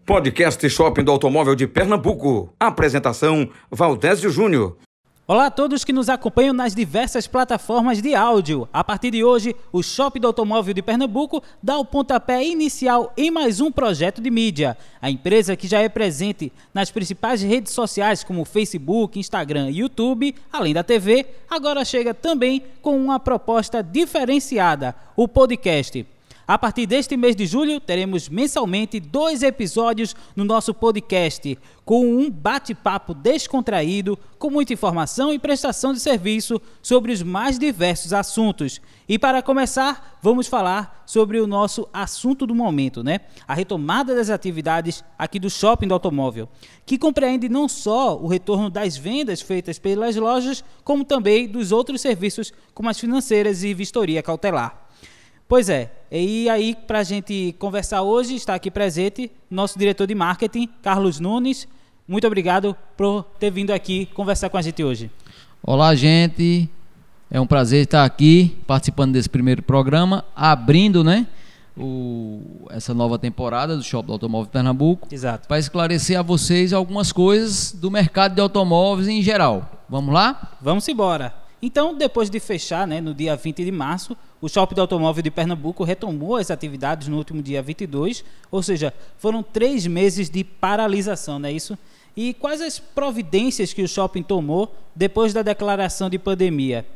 Podcast Shopping do Automóvel de Pernambuco. Apresentação, Valdésio Júnior. Olá a todos que nos acompanham nas diversas plataformas de áudio. A partir de hoje, o Shopping do Automóvel de Pernambuco dá o pontapé inicial em mais um projeto de mídia. A empresa, que já é presente nas principais redes sociais como Facebook, Instagram e YouTube, além da TV, agora chega também com uma proposta diferenciada, o podcast. A partir deste mês de julho, teremos mensalmente 2 episódios no nosso podcast, com um bate-papo descontraído, com muita informação e prestação de serviço sobre os mais diversos assuntos. E para começar, vamos falar sobre o nosso assunto do momento, né? A retomada das atividades aqui do Shopping do Automóvel, que compreende não só o retorno das vendas feitas pelas lojas, como também dos outros serviços, como as financeiras e vistoria cautelar. Pois é, e aí para a gente conversar hoje, está aqui presente nosso diretor de marketing, Carlos Nunes. Muito obrigado por ter vindo aqui conversar com a gente hoje. Olá, gente, é um prazer estar aqui participando desse primeiro programa, abrindo, né, essa nova temporada do Shopping do Automóvel de Pernambuco. Exato. Para esclarecer a vocês algumas coisas do mercado de automóveis em geral. Vamos lá? Vamos embora. Então, depois de fechar, né, no dia 20 de março, o Shopping do Automóvel de Pernambuco retomou as atividades no último dia 22, ou seja, foram 3 meses de paralisação, não é isso? E quais as providências que o shopping tomou depois da declaração de pandemia?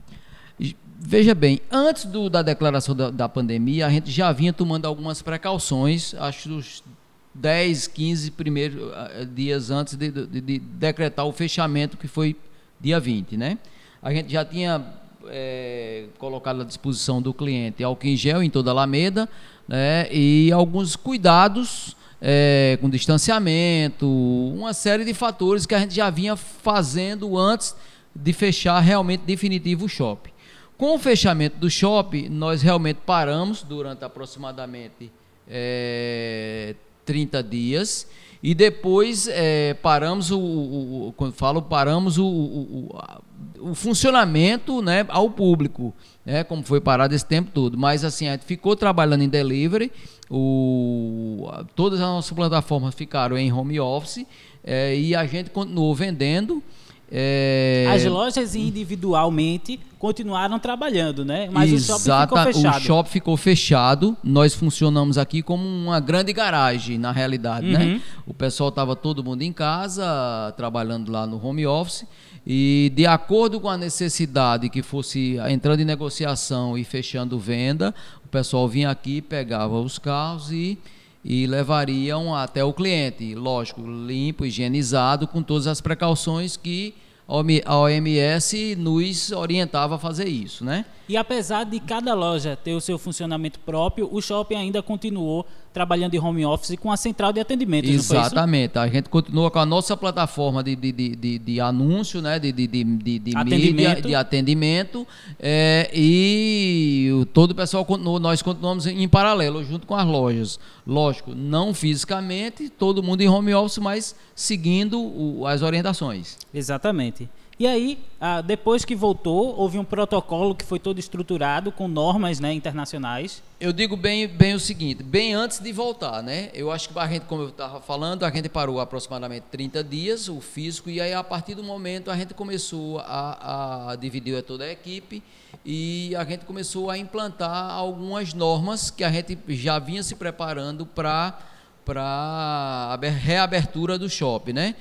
Veja bem, antes da declaração da pandemia, a gente já vinha tomando algumas precauções, acho os 10, 15 primeiros dias antes de decretar o fechamento, que foi dia 20, né? A gente já tinha colocado à disposição do cliente álcool em gel em toda a Alameda, né, e alguns cuidados com distanciamento, uma série de fatores que a gente já vinha fazendo antes de fechar realmente definitivo o shopping. Com o fechamento do shopping, nós realmente paramos durante aproximadamente 30 dias e depois paramos quando falo paramos o funcionamento, né, ao público, né, como foi parado esse tempo todo, mas assim, a gente ficou trabalhando em delivery, todas as nossas plataformas ficaram em home office, e a gente continuou vendendo. As lojas individualmente continuaram trabalhando, né? Mas o shopping ficou fechado. O shopping ficou fechado. Nós funcionamos aqui como uma grande garagem, na realidade, né? O pessoal estava todo mundo em casa, trabalhando lá no home office, e de acordo com a necessidade que fosse entrando em negociação e fechando venda, o pessoal vinha aqui, pegava os carros e levariam até o cliente, lógico, limpo, higienizado, com todas as precauções que a OMS nos orientava a fazer isso, né? E apesar de cada loja ter o seu funcionamento próprio, o shopping ainda continuou trabalhando em home office com a central de atendimento. Exatamente. A gente continua com a nossa plataforma de anúncio, né? de mídia, de atendimento, e todo o pessoal continuou, nós continuamos em paralelo, junto com as lojas. Lógico, não fisicamente, todo mundo em home office, mas seguindo as orientações. Exatamente. E aí, depois que voltou, houve um protocolo que foi todo estruturado com normas, né, internacionais. Eu digo bem o seguinte, bem antes de voltar, né? Eu acho que a gente, como eu estava falando, a gente parou aproximadamente 30 dias, o físico, e aí a partir do momento a gente começou a dividir toda a equipe e a gente começou a implantar algumas normas que a gente já vinha se preparando para a reabertura do shopping, né?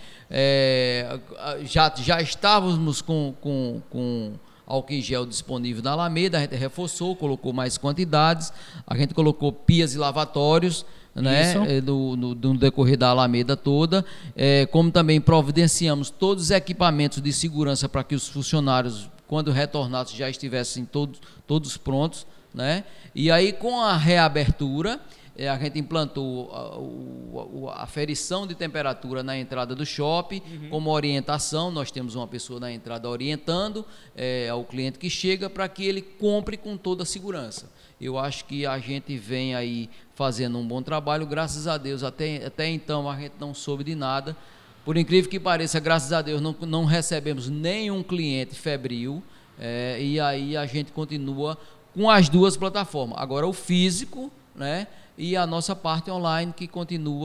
Já estávamos com álcool em gel disponível na Alameda, a gente reforçou, colocou mais quantidades, a gente colocou pias e lavatórios, né, no decorrer da Alameda toda, como também providenciamos todos os equipamentos de segurança para que os funcionários, quando retornassem, já estivessem todos prontos, né? E aí, com a reabertura, a gente implantou a aferição de temperatura na entrada do shopping, como orientação. Nós temos uma pessoa na entrada orientando ao cliente que chega para que ele compre com toda a segurança. Eu acho que a gente vem aí fazendo um bom trabalho, graças a Deus. Até então a gente não soube de nada. Por incrível que pareça, graças a Deus não recebemos nenhum cliente febril, e aí a gente continua com as duas plataformas. Agora o físico, né, e a nossa parte online, que continua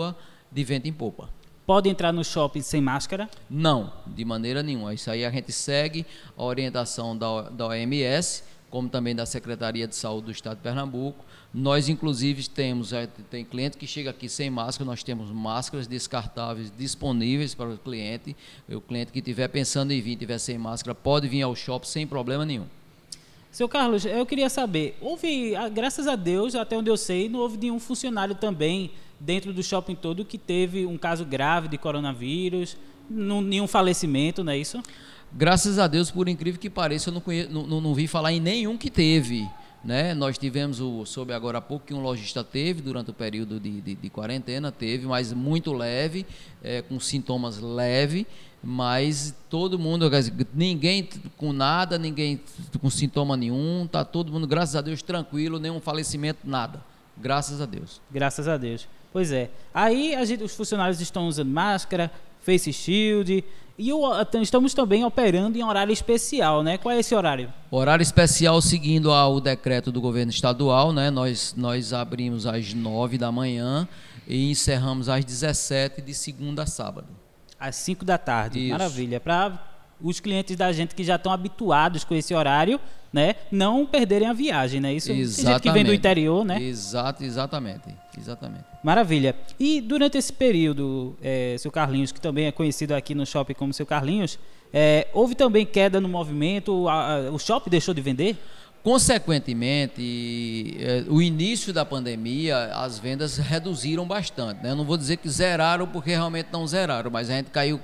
de vento em popa. Pode entrar no shopping sem máscara? Não, de maneira nenhuma. Isso aí a gente segue a orientação da OMS, como também da Secretaria de Saúde do Estado de Pernambuco. Nós, inclusive, tem cliente que chega aqui sem máscara, nós temos máscaras descartáveis disponíveis para o cliente. O cliente que estiver pensando em vir, estiver sem máscara, pode vir ao shopping sem problema nenhum. Seu Carlos, eu queria saber, graças a Deus, até onde eu sei, não houve nenhum funcionário também dentro do shopping todo que teve um caso grave de coronavírus, nenhum falecimento, não é isso? Graças a Deus, por incrível que pareça, eu não vi falar em nenhum que teve, né? Nós tivemos, soube agora há pouco, que um lojista teve durante o período de quarentena, mas muito leve, com sintomas leves, mas todo mundo, ninguém com nada, ninguém com sintoma nenhum, está todo mundo, graças a Deus, tranquilo, nenhum falecimento, nada. Graças a Deus. Graças a Deus. Pois é. Aí os funcionários estão usando máscara, face shield, e estamos também operando em horário especial, né? Qual é esse horário? Horário especial seguindo o decreto do governo estadual, né? Nós abrimos às 9 da manhã e encerramos às 17 de segunda a sábado. Às 5 da tarde. Isso. Maravilha. Para os clientes da gente que já estão habituados com esse horário, né, não perderem a viagem, né? Isso, gente que vem do interior, né? Exatamente. Maravilha. E durante esse período, seu Carlinhos, que também é conhecido aqui no shopping como seu Carlinhos, houve também queda no movimento? O shopping deixou de vender? Consequentemente, o início da pandemia, as vendas reduziram bastante, né? Eu não vou dizer que zeraram, porque realmente não zeraram, mas a gente caiu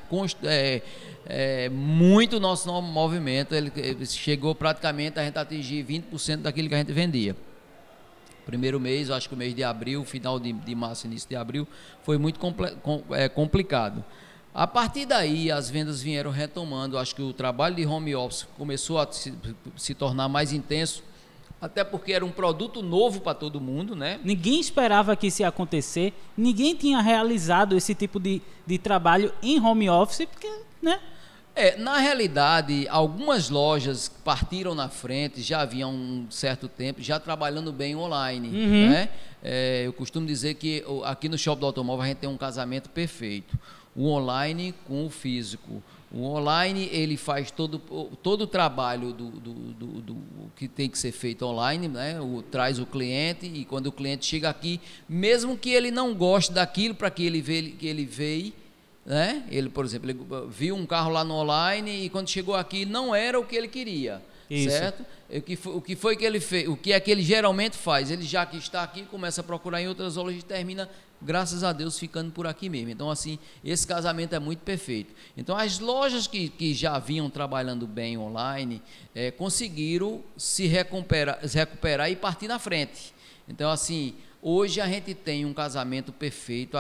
muito o nosso movimento. Ele chegou praticamente a gente atingir 20% daquilo que a gente vendia. Primeiro mês, eu acho que o mês de abril, final de março, início de abril, foi muito complicado. A partir daí, as vendas vieram retomando. Acho que o trabalho de home office começou a se tornar mais intenso, até porque era um produto novo para todo mundo, né? Ninguém esperava que isso ia acontecer, ninguém tinha realizado esse tipo de trabalho em home office, porque, né? Na realidade, algumas lojas partiram na frente, já havia um certo tempo, já trabalhando bem online, né? Eu costumo dizer que aqui no Shopping do Automóvel a gente tem um casamento perfeito. O online com o físico. O online, ele faz todo o trabalho do que tem que ser feito online, né? Traz o cliente, e quando o cliente chega aqui, mesmo que ele não goste daquilo para que ele veio, né? Ele, por exemplo, ele viu um carro lá no online e quando chegou aqui não era o que ele queria. Isso. Certo? O que foi que ele fez? O que é que ele geralmente faz? Ele, já que está aqui, começa a procurar em outras lojas e termina, graças a Deus, ficando por aqui mesmo. Então, assim, esse casamento é muito perfeito. Então, as lojas que já vinham trabalhando bem online, conseguiram se recuperar e partir na frente. Então, assim, hoje a gente tem um casamento perfeito,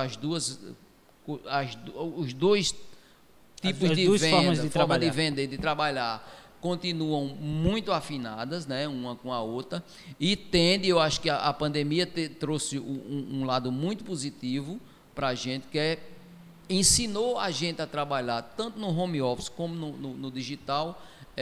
os dois tipos de venda, forma de vender, de trabalhar, continuam muito afinadas, né, uma com a outra, e eu acho que a pandemia trouxe um lado muito positivo para a gente, que ensinou a gente a trabalhar tanto no home office como no digital,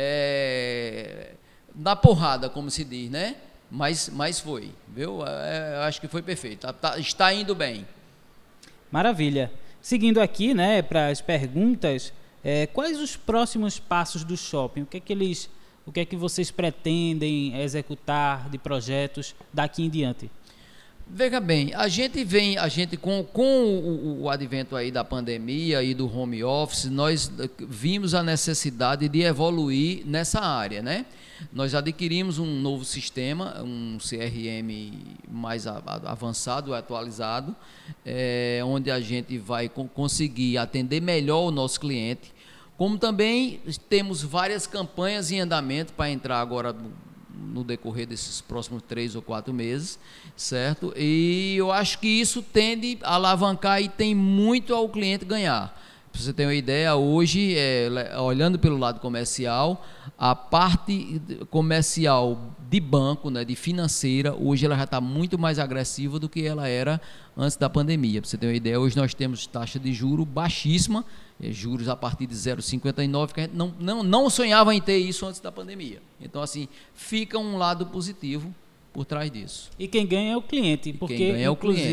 na porrada, como se diz, né? Mas foi, viu? Acho que foi perfeito, está indo bem. Maravilha. Seguindo aqui, né, para as perguntas, quais os próximos passos do shopping? O que é que vocês pretendem executar de projetos daqui em diante? Veja bem, a gente com o advento aí da pandemia e do home office, nós vimos a necessidade de evoluir nessa área, né? Nós adquirimos um novo sistema, um CRM mais avançado, atualizado, onde a gente vai conseguir atender melhor o nosso cliente, como também temos várias campanhas em andamento para entrar agora no decorrer desses próximos 3 ou 4 meses, certo? E eu acho que isso tende a alavancar e tem muito ao cliente ganhar. Para você ter uma ideia, hoje, olhando pelo lado comercial, a parte comercial de banco, né, de financeira, hoje ela já está muito mais agressiva do que ela era antes da pandemia. Para você ter uma ideia, hoje nós temos taxa de juros baixíssima, juros a partir de 0,59, que a gente não sonhava em ter isso antes da pandemia. Então, assim, fica um lado positivo por trás disso. E quem ganha é o cliente, porque, inclusive,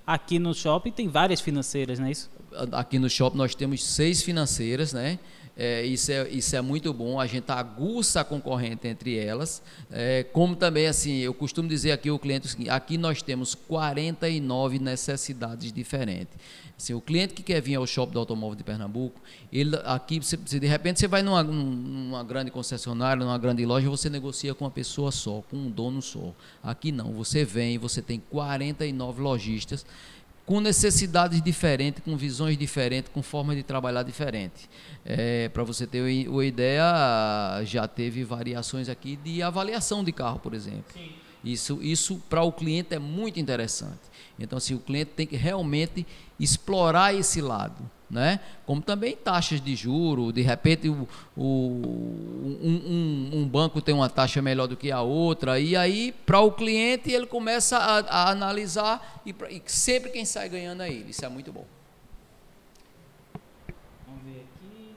aqui no shopping tem várias financeiras, não é isso? Aqui no shopping nós temos 6 financeiras, né? Isso é muito bom, a gente aguça a concorrente entre elas, como também, assim, eu costumo dizer aqui ao cliente o seguinte: aqui nós temos 49 necessidades diferentes. Assim, o cliente que quer vir ao Shopping do Automóvel de Pernambuco, aqui, de repente você vai numa grande concessionária, numa grande loja, você negocia com uma pessoa só, com um dono só. Aqui não, você vem, você tem 49 lojistas, com necessidades diferentes, com visões diferentes, com formas de trabalhar diferentes. Para você ter uma ideia, já teve variações aqui de avaliação de carro, por exemplo. Sim. Isso para o cliente é muito interessante. Então, assim, o cliente tem que realmente explorar esse lado, né? Como também taxas de juro, de repente um banco tem uma taxa melhor do que a outra, e aí para o cliente ele começa a analisar e sempre quem sai ganhando é ele. Isso é muito bom. Vamos ver aqui.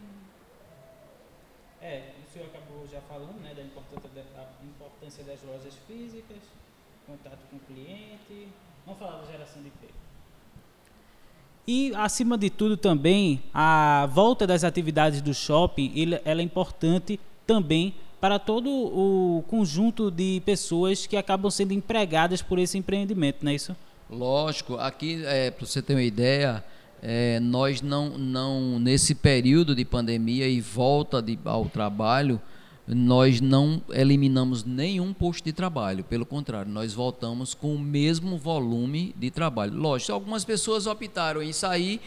O senhor acabou já falando, né, da importância das lojas físicas, contato com o cliente. Vamos falar da geração de emprego. E, acima de tudo, também, a volta das atividades do shopping, ela é importante também para todo o conjunto de pessoas que acabam sendo empregadas por esse empreendimento, não é isso? Lógico. Aqui, para você ter uma ideia, nós não, nesse período de pandemia e volta ao trabalho, nós não eliminamos nenhum posto de trabalho, pelo contrário, nós voltamos com o mesmo volume de trabalho. Lógico, algumas pessoas optaram em sair,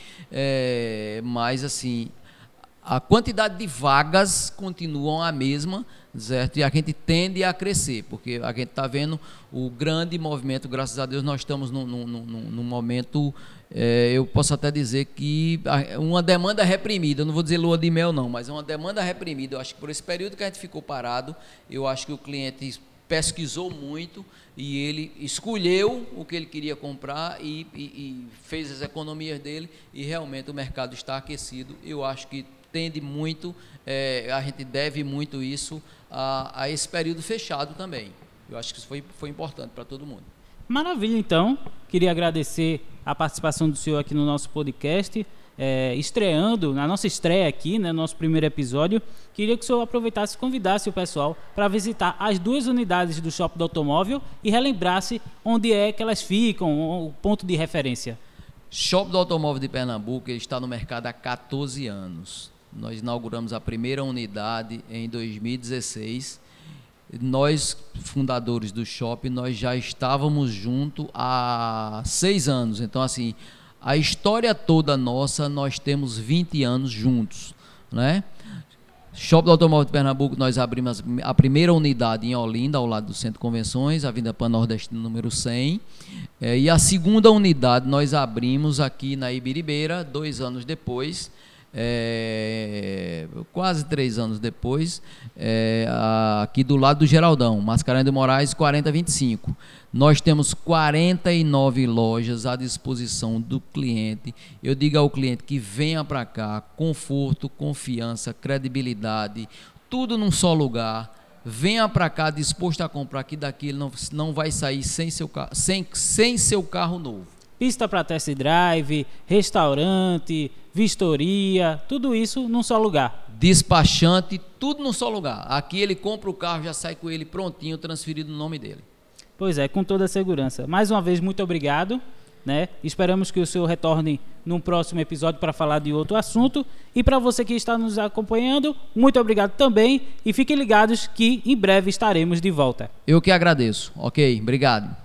mas assim, a quantidade de vagas continuam a mesma, certo? E a gente tende a crescer, porque a gente está vendo o grande movimento, graças a Deus nós estamos num momento, eu posso até dizer que uma demanda reprimida, eu não vou dizer lua de mel não, mas é uma demanda reprimida. Eu acho que por esse período que a gente ficou parado, eu acho que o cliente pesquisou muito e ele escolheu o que ele queria comprar e fez as economias dele, e realmente o mercado está aquecido. Eu acho que tende muito, a gente deve muito isso a esse período fechado também. Eu acho que isso foi importante para todo mundo. Maravilha, então. Queria agradecer a participação do senhor aqui no nosso podcast, estreando, na nossa estreia aqui, né, no nosso primeiro episódio. Queria que o senhor aproveitasse e convidasse o pessoal para visitar as 2 unidades do Shopping do Automóvel e relembrasse onde é que elas ficam, o ponto de referência. Shopping do Automóvel de Pernambuco, ele está no mercado há 14 anos. Nós inauguramos a primeira unidade em 2016. Nós, fundadores do shopping, nós já estávamos juntos há 6 anos. Então, assim, a história toda nossa, nós temos 20 anos juntos, né? Shopping do Automóvel de Pernambuco, nós abrimos a primeira unidade em Olinda, ao lado do Centro de Convenções, Avenida Pan-Nordeste, número 100. E a segunda unidade nós abrimos aqui na Ibiribeira, 2 anos depois, quase 3 anos depois, aqui do lado do Geraldão, Mascarenhas de Moraes 4025. Nós temos 49 lojas à disposição do cliente. Eu digo ao cliente que venha para cá, conforto, confiança, credibilidade, tudo num só lugar. Venha para cá disposto a comprar, que daqui ele não vai sair sem seu carro novo. Pista para test drive, restaurante, vistoria, tudo isso num só lugar. Despachante, tudo num só lugar. Aqui ele compra o carro, já sai com ele prontinho, transferido no nome dele. Pois é, com toda a segurança. Mais uma vez, muito obrigado, né? Esperamos que o senhor retorne num próximo episódio para falar de outro assunto. E para você que está nos acompanhando, muito obrigado também. E fiquem ligados que em breve estaremos de volta. Eu que agradeço. Ok, obrigado.